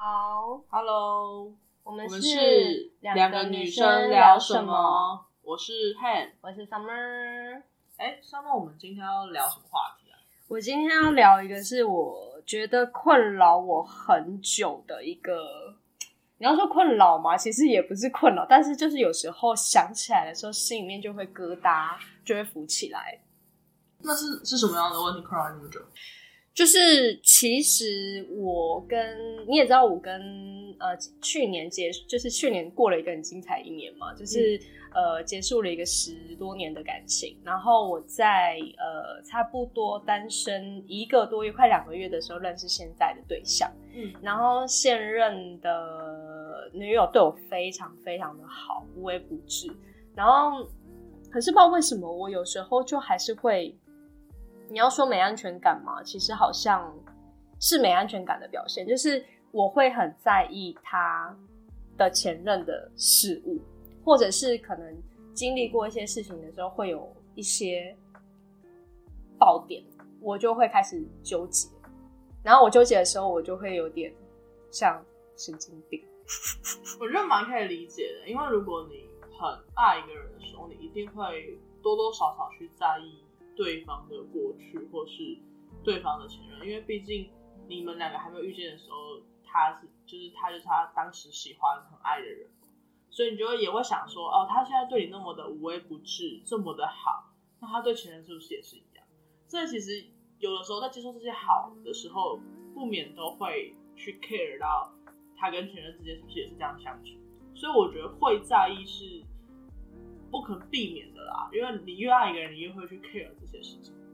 好 ，Hello， 我们是两个女生聊什么？我是 Han， 我是 Summer。 Summer， 我们今天要聊什么话题啊？ 我今天要聊一个是我觉得困扰我很久的一个，你要说困扰吗？其实也不是困扰，但是就是有时候想起来的时候，心里面就会疙瘩，就会浮起来。 那是什么样的问题困扰你那么久？ 就是其实你也知道，我跟去年过了一个很精彩一年嘛，就是结束了一个10多年的感情，然后我在差不多单身1个多月快2个月的时候认识现在的对象，然后现任的女友对我非常非常的好，无微不至，然后可是不知道为什么我有时候就还是会，你要说没安全感吗？其实好像是没安全感的表现，就是我会很在意他的前任的事物，或者是可能经历过一些事情的时候会有一些爆点，我就会开始纠结，然后我纠结的时候我就会有点像神经病。 我觉得蛮可以理解的，因为如果你很爱一个人的时候，你一定会多多少少去在意对方的过去或是对方的前任，因为毕竟你们两个还没有遇见的时候，他就是他当时喜欢很爱的人，所以你也会想说，哦，他现在对你那么的无微不至，这么的好，那他对前任是不是也是一样？所以其实有的时候在接受这些好的时候，不免都会去 care 到他跟前任之间是不是也是这样相处，所以我觉得会在意是不可避免的啦，因为你越爱一个人，你越会去 care 这些事情。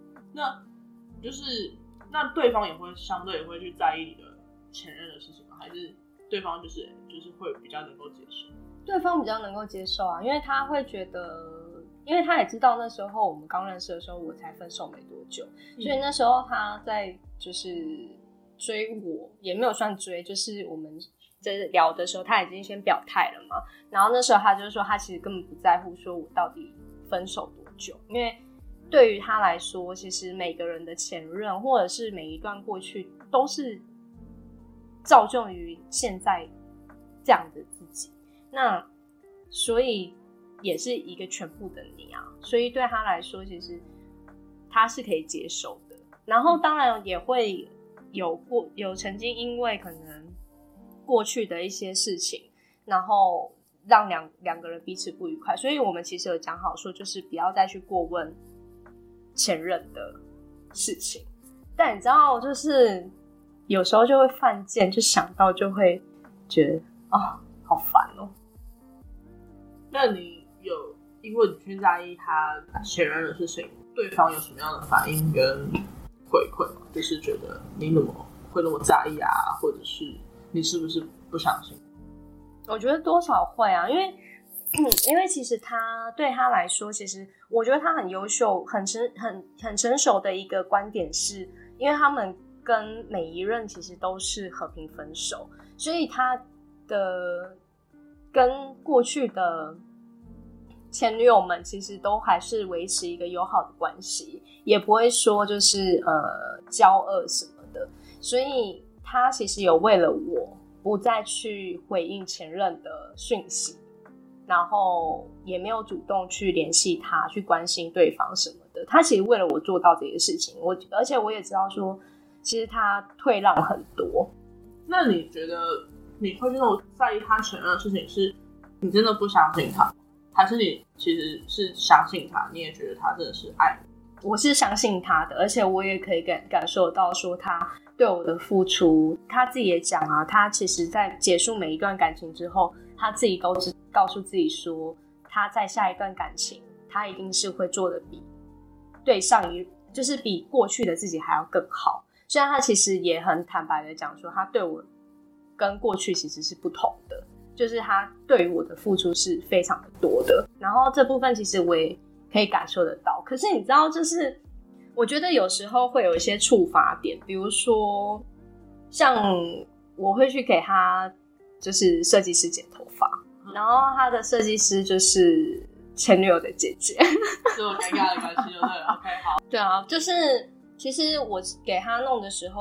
那对方也会相对也会去在意你的前任的事情吗？还是对方就是会比较能够接受？ 对方比较能够接受啊，因为他会觉得，因为他也知道那时候我们刚认识的时候，我才分手没多久，所以那时候他在就是追我，也没有算追，就是我们在聊的时候，他已经先表态了嘛。然后那时候他就说，他其实根本不在乎说我到底分手多久，因为对于他来说，其实每个人的前任或者是每一段过去，都是造就于现在这样的自己。那所以也是一个全部的你啊，所以对他来说，其实他是可以接受的。然后当然也会有曾经因为可能过去的一些事情，然后让两个人彼此不愉快，所以我们其实有讲好说，就是不要再去过问前任的事情。但你知道，就是有时候就会犯贱，就想到就会觉得好烦哦。 那你有因为你去在意他前任的事情，对方有什么样的反应跟回馈吗？就是觉得你怎么会那么在意啊，或者是你是不是不相信？ 我觉得多少会啊，因为其实他对他来说，其实我觉得他很优秀，很成熟的一个观点是，因为他们跟每一任其实都是和平分手，所以他的跟过去的前女友们其实都还是维持一个友好的关系，也不会说就是交恶什么的，所以他其实有为了我不再去回应前任的讯息，然后也没有主动去联系他，去关心对方什么的。他其实为了我做到这些事情，而且我也知道说，其实他退让很多。 那你觉得你会那种在意他前任的事情，是你真的不相信他，还是你其实是相信他，你也觉得他真的是爱你？ 我是相信他的，而且我也可以感受到说他对我的付出。他自己也讲啊，他其实在结束每一段感情之后，他自己都告诉自己说，他在下一段感情他一定是会做的比对上就是比过去的自己还要更好。虽然他其实也很坦白的讲说，他对我跟过去其实是不同的，就是他对于我的付出是非常的多的，然后这部分其实我也可以感受得到。可是你知道，就是我觉得有时候会有一些触发点，比如说像我会去给他就是设计师剪头发，然后他的设计师就是前女友的姐姐， 是我尴尬的关系就对了。OK， 好。 对啊，就是其实我给他弄的时候，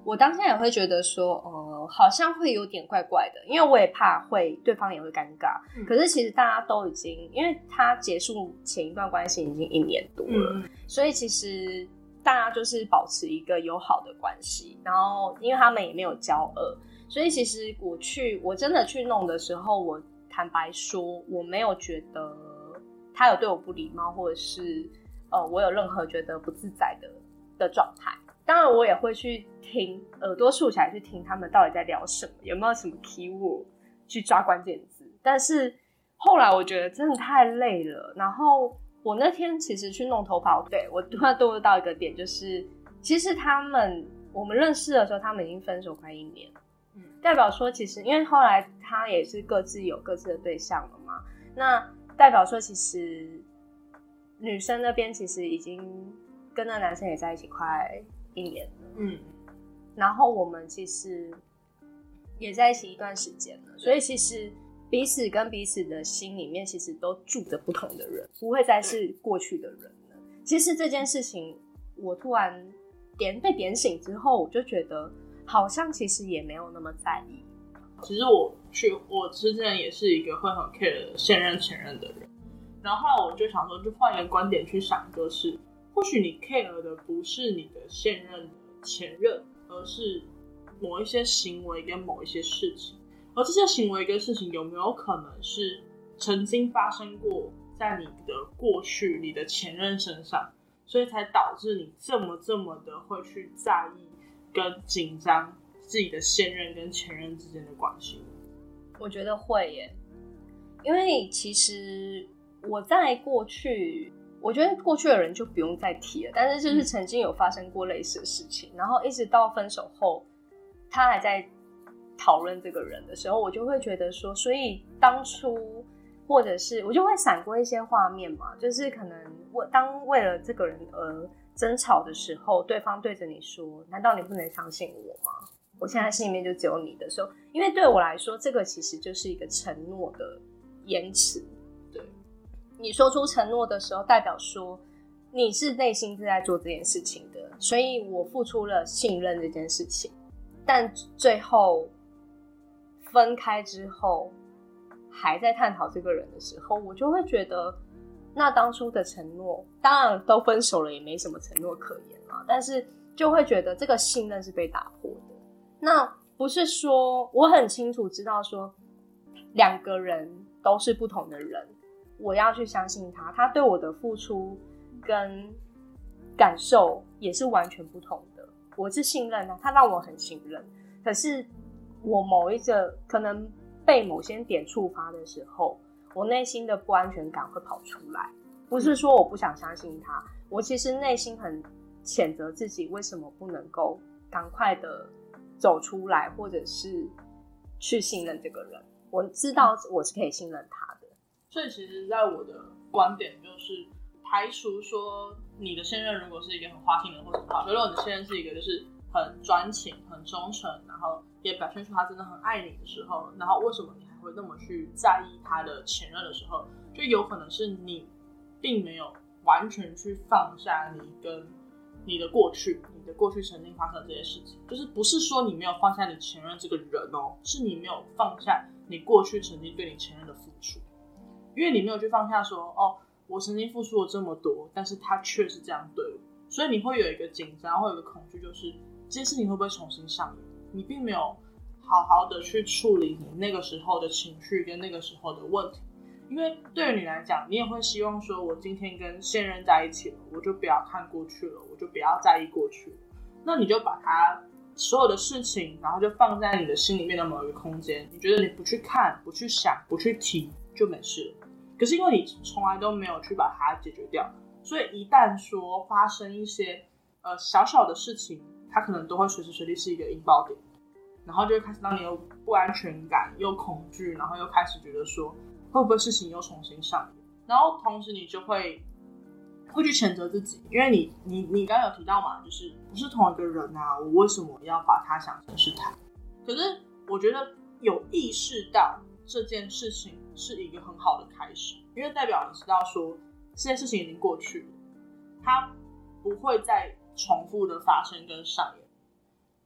我当下也会觉得说，好像会有点怪怪的，因为我也怕对方也会尴尬。可是其实大家都已经，因为他结束前一段关系已经1年多了，所以其实大家就是保持一个友好的关系。然后因为他们也没有交恶，所以其实我真的去弄的时候，我坦白说，我没有觉得他有对我不礼貌，或者是我有任何觉得不自在的状态。当然我也会去听，耳朵竖起来去听他们到底在聊什么，有没有什么 keyword 去抓关键字。但是后来我觉得真的太累了，然后我那天其实去弄头发，对，我突然多到一个点，就是其实我们认识的时候他们已经分手快1年，代表说其实因为后来他也是各自有各自的对象了嘛，那代表说其实女生那边其实已经跟那男生也在一起快1年了，然后我们其实也在一起一段时间了，所以其实彼此跟彼此的心里面其实都住着不同的人，不会再是过去的人了。其实这件事情我突然被点醒之后，我就觉得好像其实也没有那么在意。 其实我之前也是一个会很 care 现任前任的人，然后后来我就想说，就换一个观点去想，就是或许你 care 的不是你的现任的前任，而是某一些行为跟某一些事情，而这些行为跟事情有没有可能是曾经发生过在你的过去你的前任身上，所以才导致你这么的会去在意跟紧张自己的现任跟前任之间的关系。 我觉得会耶，因为其实我在过去，我觉得过去的人就不用再提了，但是就是曾经有发生过类似的事情，然后一直到分手后他还在讨论这个人的时候，我就会觉得说，所以当初或者是我就会闪过一些画面嘛，就是可能当为了这个人而争吵的时候，对方对着你说，难道你不能相信我吗？我现在心里面就只有你的时候，因为对我来说这个其实就是一个承诺的延迟。对，你说出承诺的时候，代表说你是内心是在做这件事情的，所以我付出了信任这件事情，但最后分开之后还在探讨这个人的时候，我就会觉得那当初的承诺，当然都分手了也没什么承诺可言啦，但是就会觉得这个信任是被打破的。那不是说我很清楚知道说两个人都是不同的人，我要去相信他对我的付出跟感受也是完全不同的。我是信任他让我很信任，可是我某一个可能被某些点触发的时候，我内心的不安全感会跑出来。不是说我不想相信他，我其实内心很谴责自己为什么不能够赶快的走出来，或者是去信任这个人。我知道我是可以信任他的。 所以其实在我的观点就是排除说你的现任如果是一个很花心的人或者什么，如果你的现任是一个就是很专情很忠诚，然后也表现出他真的很爱你的时候，然后为什么你还会那么去在意他的前任的时候，就有可能是你并没有完全去放下你跟你的过去曾经发生的这些事情，就是不是说你没有放下你前任这个人哦，是你没有放下你过去曾经对你前任的付出，因为你没有去放下说哦，我曾经付出了这么多，但是他却是这样对我，所以你会有一个紧张，会有一个恐惧，就是这件事情会不会重新上演？你并没有好好的去处理你那个时候的情绪跟那个时候的问题，因为对于你来讲，你也会希望说，我今天跟现任在一起了，我就不要看过去了，我就不要在意过去了，那你就把他所有的事情，然后就放在你的心里面的某一个空间，你觉得你不去看、不去想、不去提就没事了。可是因为你从来都没有去把它解决掉，所以一旦说发生一些小小的事情，它可能都会随时随地是一个引爆点，然后就会开始让你有不安全感，又恐惧，然后又开始觉得说会不会事情又重新上演，然后同时你就会去谴责自己，因为你刚刚有提到嘛，就是不是同一个人啊，我为什么要把他想成是他？可是我觉得有意识到这件事情是一个很好的开始，因为代表你知道说这件事情已经过去了，它不会再重复的发生跟上演。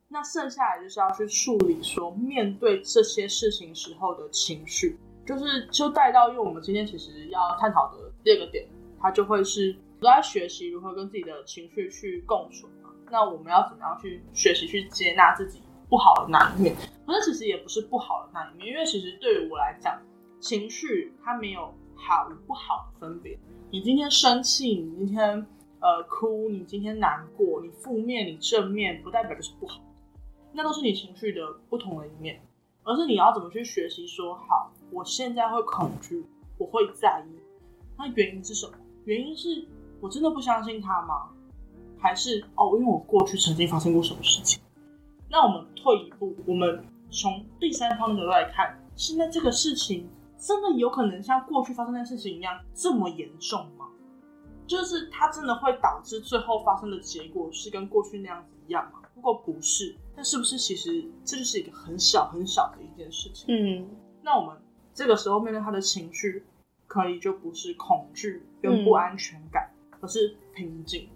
那剩下来就是要去处理说面对这些事情时候的情绪，就带到因为我们今天其实要探讨的第二个点，它就会是都在学习如何跟自己的情绪去共存嘛。那我们要怎么样去学习去接纳自己不好的那一面？可是其实也不是不好的那一面，因为其实对于我来讲，情绪它没有好与不好的分别。你今天生气，你今天哭，你今天难过，你负面你正面，不代表就是不好，那都是你情绪的不同的一面。而是你要怎么去学习说，好，我现在会恐惧，我会在意，那原因是什么？原因是我真的不相信他吗？还是因为我过去曾经发生过什么事情？那我们退一步，我们从第三方的角度来看，现在这个事情真的有可能像过去发生的事情一样这么严重吗？就是它真的会导致最后发生的结果是跟过去那样子一样吗？如果不是，那是不是其实这就是一个很小很小的一件事情？那我们这个时候面对他的情绪，可以就不是恐惧跟不安全感，而是平静。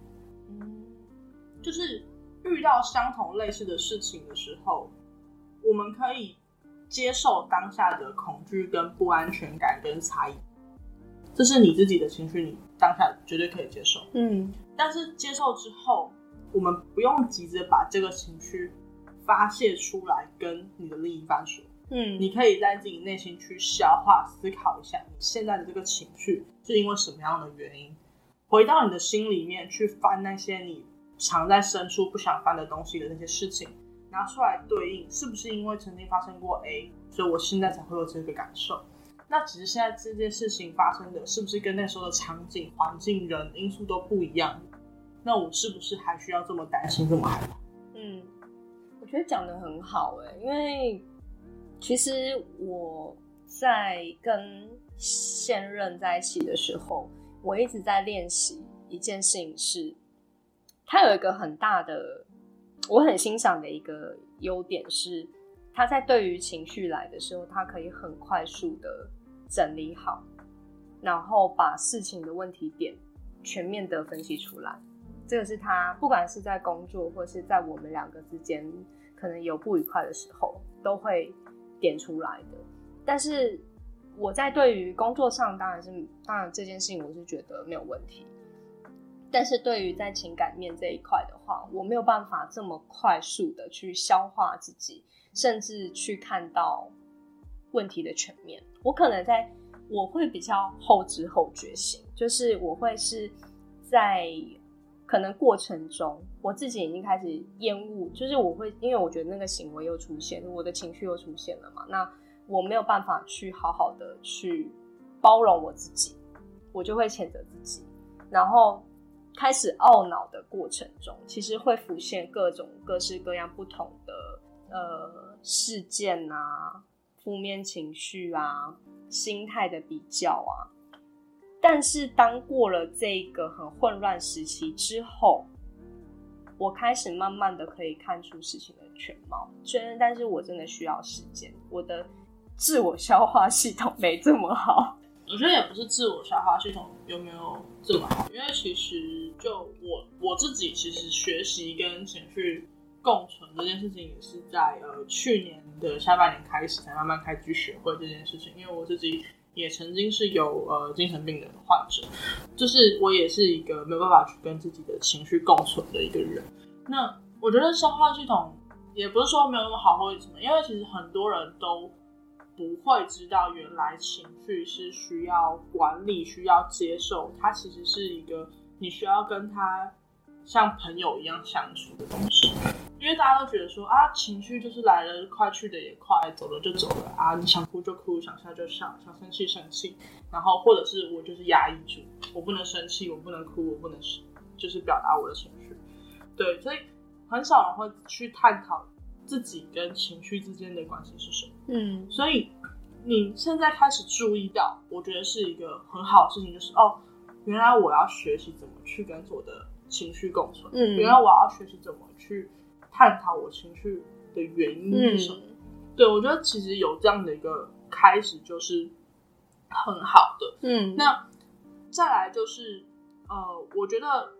就是遇到相同类似的事情的时候，我们可以接受当下的恐惧跟不安全感跟差异，这是你自己的情绪，你当下绝对可以接受。但是接受之后，我们不用急着把这个情绪发泄出来跟你的另一半说。你可以在自己内心去消化思考一下，你现在的这个情绪是因为什么样的原因，回到你的心里面去翻那些你藏在深处不想翻的东西的那些事情，拿出来对应，是不是因为曾经发生过 A， 所以我现在才会有这个感受？那只是现在这件事情发生的是不是跟那时候的场景、环境、人因素都不一样？那我是不是还需要这么担心、这么害怕？ 我觉得讲得很好因为其实我在跟现任在一起的时候，我一直在练习一件事情是，他有一个很大的我很欣赏的一个优点是，他在对于情绪来的时候，他可以很快速的整理好，然后把事情的问题点全面的分析出来。这个是他不管是在工作或是在我们两个之间可能有不愉快的时候都会点出来的。但是我在对于工作上当然这件事情我是觉得没有问题，但是对于在情感面这一块的话，我没有办法这么快速的去消化自己，甚至去看到问题的全面。我会比较后知后觉型，就是我会是在可能过程中我自己已经开始厌恶，就是我会因为我觉得那个行为又出现，我的情绪又出现了嘛，那我没有办法去好好的去包容我自己，我就会谴责自己，然后开始懊恼的过程中，其实会浮现各式各样不同的事件啊、负面情绪啊、心态的比较啊。但是当过了这个很混乱时期之后，我开始慢慢的可以看出事情的全貌。但是我真的需要时间，我的自我消化系统没这么好。 我觉得也不是自我消化系统有没有这么好，因为其实就我自己其实学习跟情绪共存这件事情也是在去年的下半年开始才慢慢开始去学会这件事情。因为我自己也曾经是有精神病的患者，就是我也是一个没有办法去跟自己的情绪共存的一个人。那我觉得消化系统也不是说没有那么好或者什么，因为其实很多人都不会知道原来情绪是需要管理、需要接受，它其实是一个你需要跟他像朋友一样相处的东西。因为大家都觉得说情绪就是来了快去的也快，走了就走了你想哭就哭，想笑就笑，想生气生气，然后或者是我就是压抑住，我不能生气，我不能哭，我不能就是表达我的情绪。对，所以很少人会去探讨自己跟情绪之间的关系是什么。所以你现在开始注意到，我觉得是一个很好的事情，就是原来我要学习怎么去跟我的情绪共存。原来我要学习怎么去探讨我情绪的原因是什么。对，我觉得其实有这样的一个开始就是很好的。那再来就是我觉得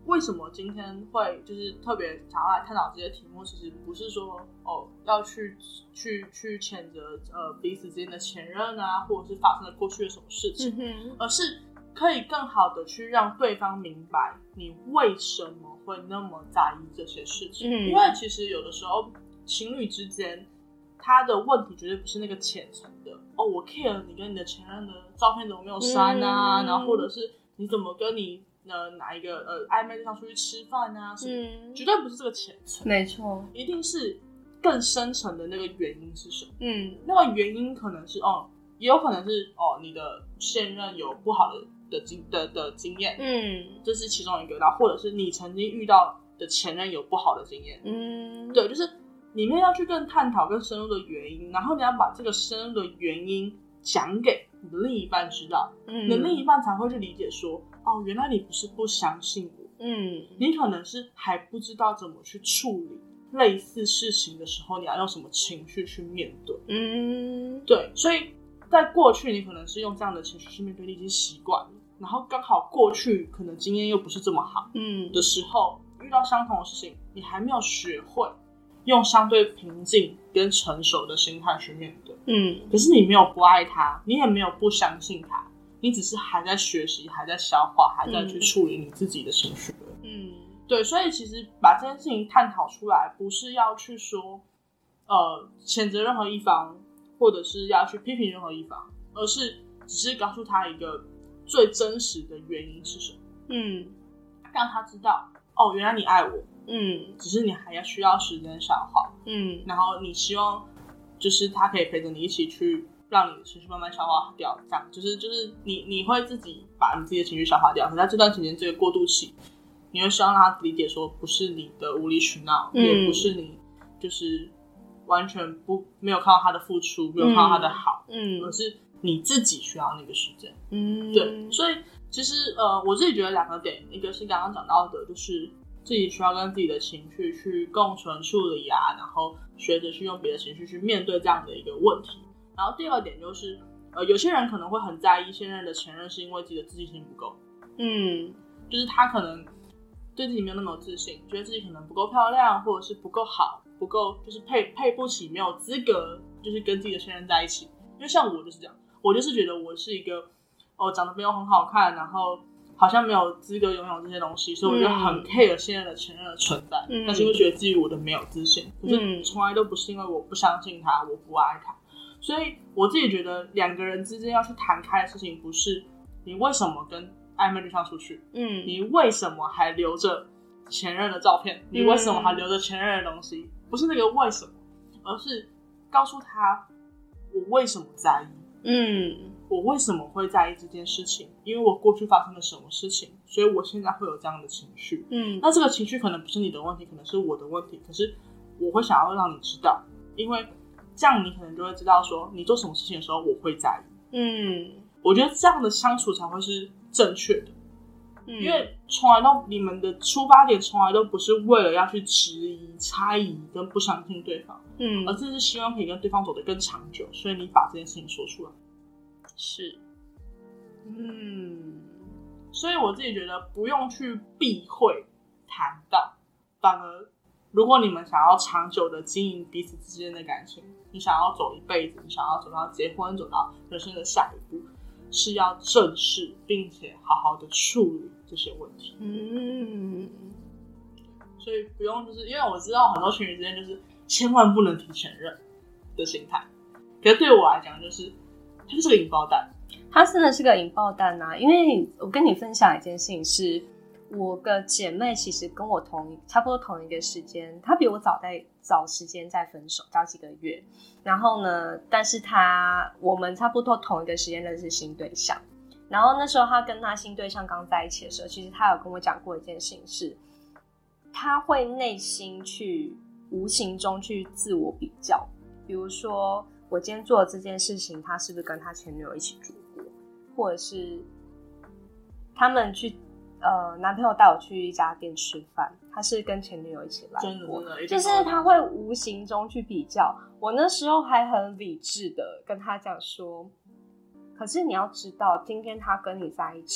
为什么今天会就是特别想要来探讨这些题目，其实不是说要去谴责彼此之间的前任啊，或者是发生了过去的什么事情，而是可以更好的去让对方明白你为什么会那么在意这些事情。因为其实有的时候情侣之间他的问题绝对不是那个浅层的我 care 你跟你的前任的照片怎么没有删啊，然后或者是你怎么跟你哪一个暧昧对象出去吃饭啊，绝对不是这个浅层，没错，一定是更深层的那个原因是什么。那个原因可能是也有可能是你的现任有不好的经验，这是其中一个，然后或者是你曾经遇到的前任有不好的经验，对，就是里面要去更探讨更深入的原因，然后你要把这个深入的原因讲给你的另一半知道，你的另一半才会去理解说原来你不是不相信我，你可能是还不知道怎么去处理类似事情的时候你要用什么情绪去面对，对，所以在过去你可能是用这样的情绪去面对，你已经习惯了，然后刚好过去可能经验又不是这么好的时候，遇到相同的事情你还没有学会用相对平静跟成熟的心态去面对，可是你没有不爱他，你也没有不相信他，你只是还在学习，还在消化，还在去处理你自己的情绪，对，所以其实把这件事情探讨出来，不是要去说谴责任何一方，或者是要去批评任何一方，而是只是告诉他一个最真实的原因是什么，让他知道原来你爱我，只是你还要需要时间消化，然后你希望就是他可以陪着你一起去让你的情绪慢慢消化掉，这样就是你会自己把你自己的情绪消化掉，可是在这段期间这个过渡期，你会希望让他理解说不是你的无理取闹，也不是你就是完全没有看到他的付出，没有看到他的好，而是你自己需要那个时间，对，所以其实我自己觉得两个点，一个是刚刚讲到的，就是自己需要跟自己的情绪去共存处理啊，然后学着去用别的情绪去面对这样的一个问题。然后第二点就是有些人可能会很在意现任的前任是因为自己的自信心不够，就是他可能对自己没有那么有自信，觉得自己可能不够漂亮，或者是不够好，不够就是配不起，没有资格就是跟自己的现任在一起。因为像我就是这样，我就是觉得我是一个长得没有很好看，然后好像没有资格拥有这些东西，所以我就很 care 现在的前任的存在，但是会觉得自己我的没有自信，可是从来都不是因为我不相信他，我不爱他。所以我自己觉得两个人之间要去谈开的事情，不是你为什么跟暧昧对象出去，你为什么还留着前任的照片，你为什么还留着前任的东西，不是那个为什么，而是告诉他我为什么在意，我为什么会在意这件事情，因为我过去发生了什么事情，所以我现在会有这样的情绪，那这个情绪可能不是你的问题，可能是我的问题，可是我会想要让你知道，因为这样你可能就会知道说你做什么事情的时候我会在意，我觉得这样的相处才会是正确的，因为从来都你们的出发点从来都不是为了要去质疑、猜疑跟不相信对方，而是希望可以跟对方走得更长久，所以你把这件事情说出来。是，所以我自己觉得不用去避讳谈到，反而如果你们想要长久的经营彼此之间的感情，你想要走一辈子，你想要走到结婚，走到人生的下一步，是要正视并且好好的处理这些问题。所以不用就是因为我知道很多情侣之间就是千万不能提前任的心态，可是对我来讲就是它就是个引爆弹， 它真的是个引爆弹啊！因为我跟你分享一件事情是，我的姐妹其实跟我差不多同一个时间，她比我早时间在分手，早几个月。然后呢，但是我们差不多同一个时间认识新对象。然后那时候她跟她新对象刚在一起的时候，其实她有跟我讲过一件事情是，她会内心去无形中去自我比较，比如说我今天做的这件事情，他是不是跟他前女友一起住过，或者是他们去男朋友带我去一家店吃饭，他是跟前女友一起来过，就是他会无形中去比较。我那时候还很理智的跟他讲说，可是你要知道，今天他跟你在一起，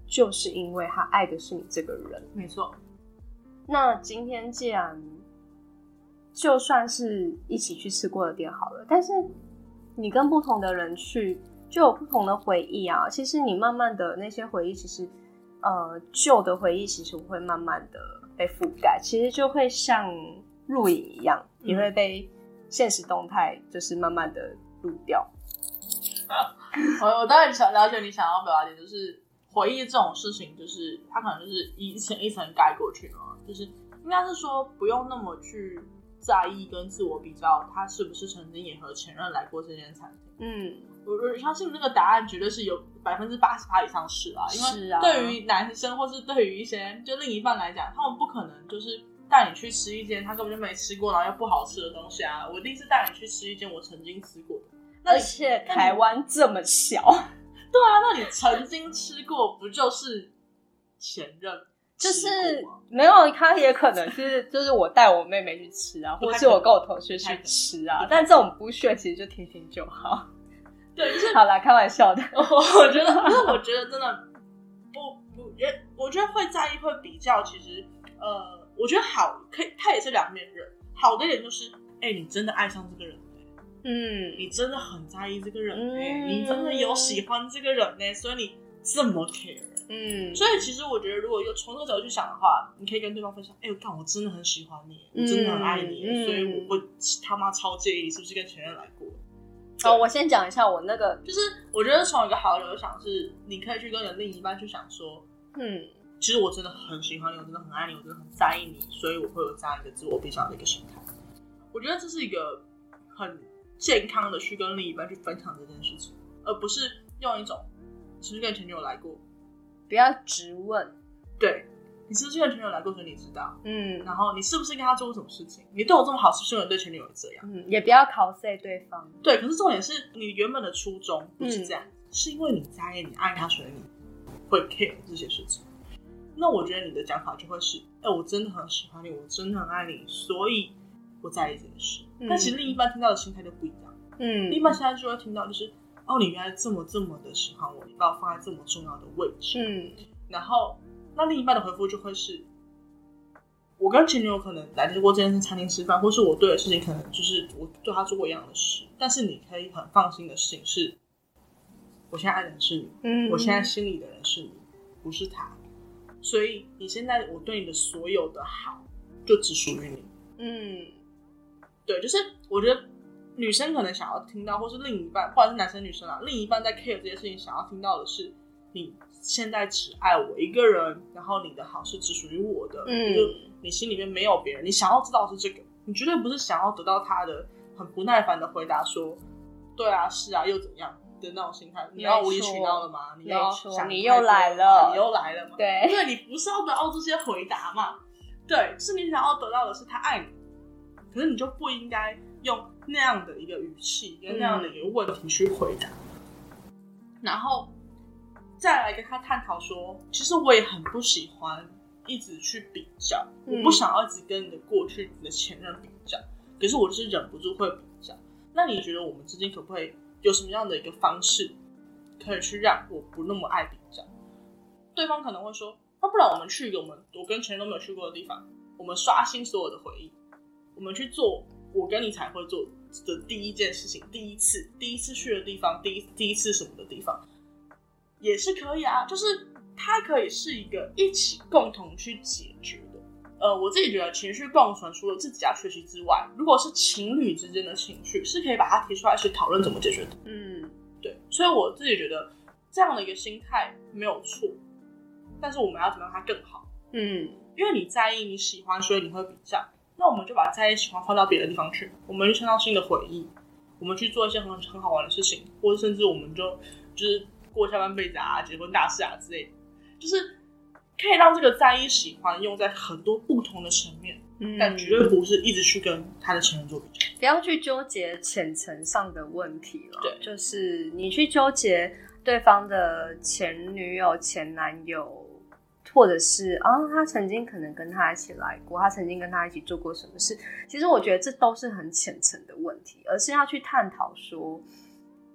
就是因为他爱的是你这个人。 没错。 那今天既然就算是一起去吃过的店好了，但是你跟不同的人去就有不同的回忆啊。其实你慢慢的那些回忆，其实旧的回忆其实会慢慢的被覆盖，其实就会像录影一样，你会被现实动态就是慢慢的录掉。 我当然了解你想要表达的，就是回忆这种事情，就是它可能就是一层一层盖过去嘛，就是应该是说不用那么去在意跟自我比较，他是不是曾经也和前任来过这间餐厅。我相信那个答案绝对是有80%以上是啊，因为对于男生或是对于一些就另一半来讲，他们不可能就是带你去吃一间他根本就没吃过然后又不好吃的东西啊。我第一次带你去吃一间我曾经吃过的， 而且台湾这么小。 对啊，那你曾经吃过不就是前任？ 就是没有，他也可能是就是我带我妹妹去吃啊，或是我跟我同学去吃啊，但这种不屑其实就听听就好。 对，就是好啦，开玩笑的。 我觉得，因为我觉得真的我觉得会在意会比较，其实我觉得好可以，它也是两面刃。好的一点就是，你真的爱上这个人。你真的很在意这个人。你真的有喜欢这个人呢，所以你这么 care。所以其实我觉得，如果有从这个角度去想的话，你可以跟对方分享，我真的很喜欢你，我真的很爱你，所以我会他妈超介意你是不是跟前任来过。 好，我先讲一下我那个， 就是我觉得从一个好的角度想是，你可以去跟你的另一半去想说，其实我真的很喜欢你，我真的很爱你，我真的很在意你，所以我会有这样一个自我比较的一个心态。我觉得这是一个很健康的去跟另一半去分享这件事情，而不是用一种是不是跟前女友来过， 不要直问， 对，你是不是跟前女友来过，所以你知道，然后你是不是跟他做过什么事情，你对我这么好，是不是因为对前女友这样， 也不要cos对方， 对，可是重点是你原本的初衷不是这样，是因为你在意你爱他，所以你会 care 这些事情。那我觉得你的讲法就会是，我真的很喜欢你，我真的很爱你，所以我在意这件事。但其实另一半听到的心态就不一样。另一半现在就会听到就是，你原来这么的喜欢我，你把我放在这么重要的位置。然后那另一半的回复就会是，我跟前女友可能来过这间餐厅吃饭，或是我对的事情可能就是我对他做过一样的事，但是你可以很放心的事情是，我现在爱的人是你，我现在心里的人是你，不是他。所以你现在我对你的所有的好就只属于你。对，就是我觉得女生可能想要听到，或是另一半，不管是男生女生啊，另一半在 care 这些事情想要听到的是，你现在只爱我一个人，然后你的好是只属于我的，就是你心里面没有别人，你想要知道的是这个，你绝对不是想要得到他的很不耐烦的回答说，对啊，是啊，又怎样的那种心态。你要无理取闹了吗？你要想你又来了， 你又来了吗？ 对， 你不是要得到这些回答嘛？对，是你想要得到的是他爱你，可是你就不应该用那样的一个语气跟那样的一个问题去回答，然后再来跟他探讨说，其实我也很不喜欢一直去比较，我不想要一直跟你的过去、你的前任比较，可是我就是忍不住会比较。那你觉得我们之间可不可以有什么样的一个方式，可以去让我不那么爱比较？对方可能会说，那不然我们去一个我跟前任都没有去过的地方，我们刷新所有的回忆，我们去做我跟你才会做的第一件事情，第一次去的地方，第一次什么的地方，也是可以啊。就是它可以是一个一起共同去解决的。我自己觉得情绪共存除了自己要学习之外，如果是情侣之间的情绪，是可以把它提出来去讨论怎么解决的。对，所以我自己觉得这样的一个心态没有错，但是我们要怎么让它更好？因为你在意你喜欢，所以你会比较，那我们就把在意喜欢放到别的地方去，我们去创造新的回忆，我们去做一些很好玩的事情，或者甚至我们就是过下半辈子啊，结婚大事啊之类的，就是可以让这个在意喜欢用在很多不同的层面，但绝对不是一直去跟他的前任做比较， 不要去纠结浅层上的问题了。 对， 就是你去纠结对方的前女友、前男友，或者是他曾经可能跟他一起来过，他曾经跟他一起做过什么事，其实我觉得这都是很浅层的问题，而是要去探讨说，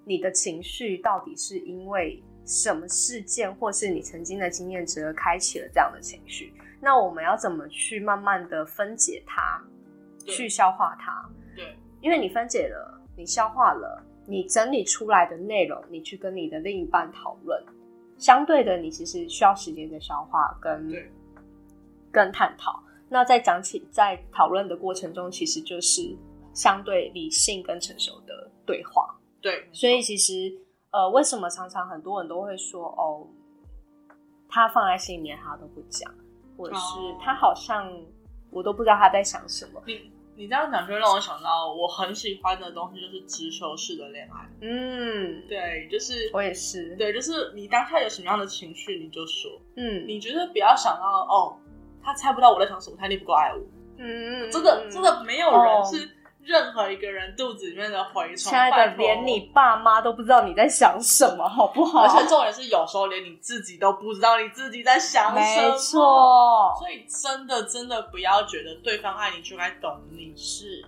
你的情绪到底是因为什么事件或是你曾经的经验值而开启了这样的情绪，那我们要怎么去慢慢的分解它，去消化它。 对， 因为你分解了，你消化了，你整理出来的内容，你去跟你的另一半讨论，相对的你其实需要时间的消化跟探讨。那在讨论的过程中，其实就是相对理性跟成熟的对话。 对， 所以其实为什么常常很多人都会说哦，他放在心里面他都不讲，或者是他好像我都不知道他在想什么。 你这样讲就会让我想到我很喜欢的东西，就是直球式的恋爱。对，就是我也是。 对，就是你当下有什么样的情绪你就说，你绝对不要想到哦，他猜不到我在想什么，他一定不够爱我。真的没有人是任何一个人肚子里面的蛔虫。 亲爱的，连你爸妈都不知道你在想什么，好不好？ 而且重点是，有时候连你自己都不知道你自己在想什么。 没错。 所以真的不要觉得对方爱你就该懂你。 是。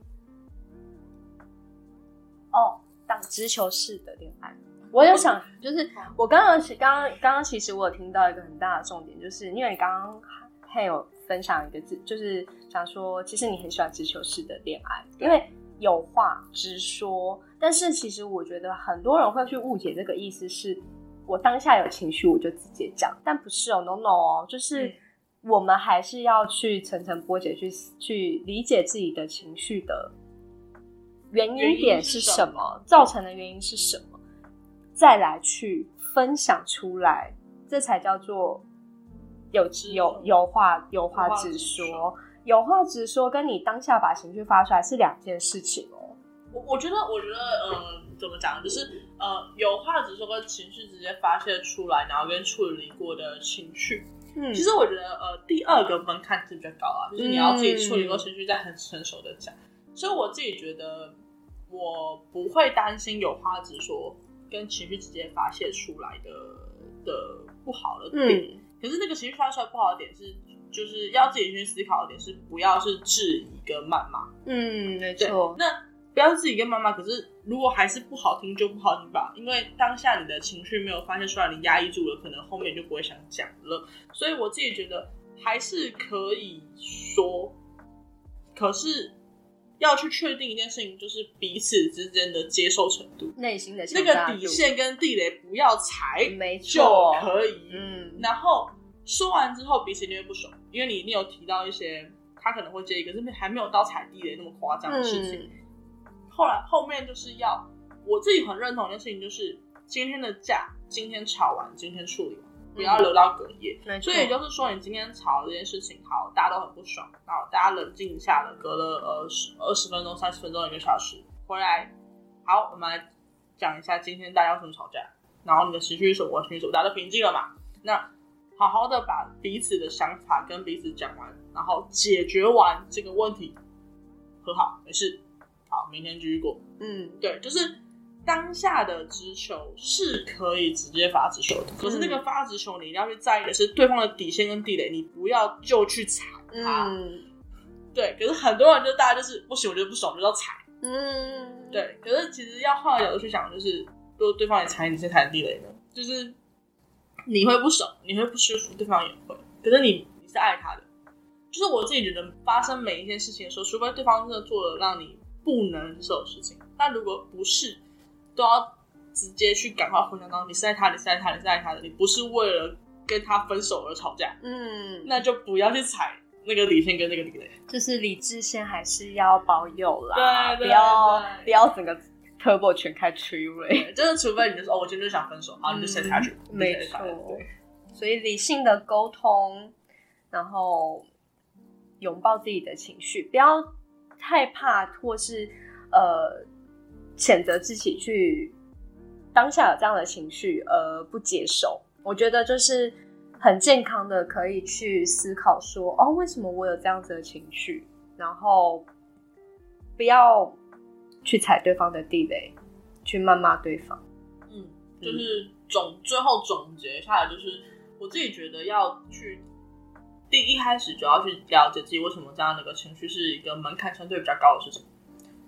当直球式的恋爱，我有想，就是我刚刚其实我有听到一个很大的重点，就是因为你刚刚还有分享一个字，就是想说其实你很喜欢直球式的恋爱，因为有话直说。但是其实我觉得很多人会去误解这个意思，是我当下有情绪我就直接讲，但不是哦 no 哦，就是我们还是要去层层剥解，去理解自己的情绪的原因点是什么，造成的原因是什么，再来去分享出来，这才叫做有话直说。有话直说跟你当下把情绪发出来是两件事情哦。 我觉得怎么讲，就是有话直说跟情绪直接发泄出来，然后跟处理过的情绪。其实我觉得第二个门槛是比较高啊，就是你要自己处理过情绪再很成熟的讲。所以我自己觉得我不会担心有话直说跟情绪直接发泄出来的不好的点。可是那个情绪发出来不好的点是，就是要自己去思考的点是，不要是质疑跟谩骂。 没错。 那不要质疑跟谩骂，可是如果还是不好听就不好听吧，因为当下你的情绪没有发泄出来，你压抑住了，可能后面就不会想讲了。所以我自己觉得还是可以说，可是要去确定一件事情，就是彼此之间的接受程度， 内心的那个底线跟地雷不要踩， 没错， 就可以。然后说完之后彼此一定会不爽，因为你一定有提到一些他可能会介意，可是还没有到踩地雷那么夸张的事情。后面就是要我自己很认同的事情，就是今天的架今天吵完，今天处理完，不要留到隔夜。所以也就是说，你今天吵这件事情，好，大家都很不爽，然后大家冷静一下了，隔了20分钟、30分钟、1个小时回来，好，我们来讲一下今天大家为什么吵架，然后你的情绪是什么，我的情绪是什么，大家都平静了嘛？那好好的把彼此的想法跟彼此讲完，然后解决完这个问题，和好，没事，好，明天继续过。对，就是当下的直球是可以直接发直球的，可是那个发直球你一定要去在意的是对方的底线跟地雷，你不要就去踩它。对，可是很多人就大家就是不行，我觉得不爽就要踩。对，可是其实要换个角度去想，就是如果对方也踩你，谁踩的地雷呢？就是你会不爽，你会不舒服，对方也会，可是你是爱他的。就是我自己觉得发生每一件事情的时候，除非对方真的做了让你不能忍受的事情，但如果不是，都要直接去赶快回想到你是爱他的，你是爱他的，你是爱他的，你不是为了跟他分手而吵架。那就不要去踩那个底线跟那个地雷，就是理智线还是要保有啦，不要整个 turbo 全开催泪，真的除非你就说我今天就想分手，好，你就 set 下去，没错。所以理性的沟通，然后拥抱自己的情绪，不要害怕或是谴责自己去当下有这样的情绪而不接受。我觉得就是很健康的可以去思考说，为什么我有这样子的情绪，然后不要去踩对方的地雷，去谩骂对方。就是最后总结下来，就是我自己觉得要去一开始就要去了解自己为什么这样的一个情绪是一个门槛相对比较高的事情。对，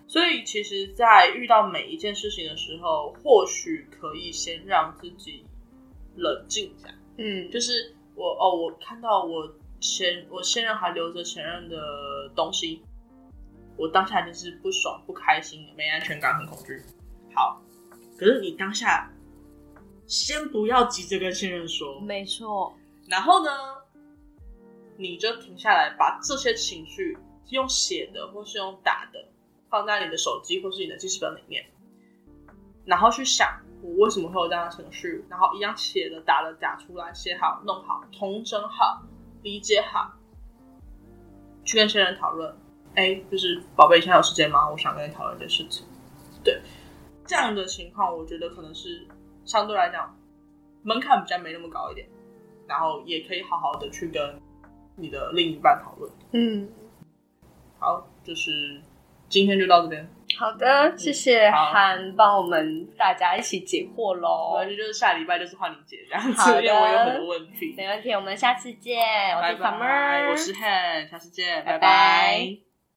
所以其实在遇到每一件事情的时候，或许可以先让自己冷静一下。就是我看到我现任还留着前任的东西，我当下一定是不爽、不开心、没安全感、很恐惧。好，可是你当下先不要急着跟现任说， 没错。 然后呢，你就停下来，把这些情绪用写的或是用打的放在你的手机或是你的记事本里面，然后去想我为什么会有这样的情绪，然后一样写的打的打出来，写好弄好，统整好，理解好，去跟现任讨论。就是宝贝，你现在有时间吗？我想跟你讨论一件事情。对，这样的情况我觉得可能是相对来讲门槛比较没那么高一点，然后也可以好好的去跟你的另一半讨论。好，就是今天就到这边。 好的，谢谢涵帮我们大家一起解惑咯。 就是下礼拜就是换你解这样子，因为我有很多问题。 没问题，我们下次见。我是 Summer， 我是 Han， 下次见，拜拜。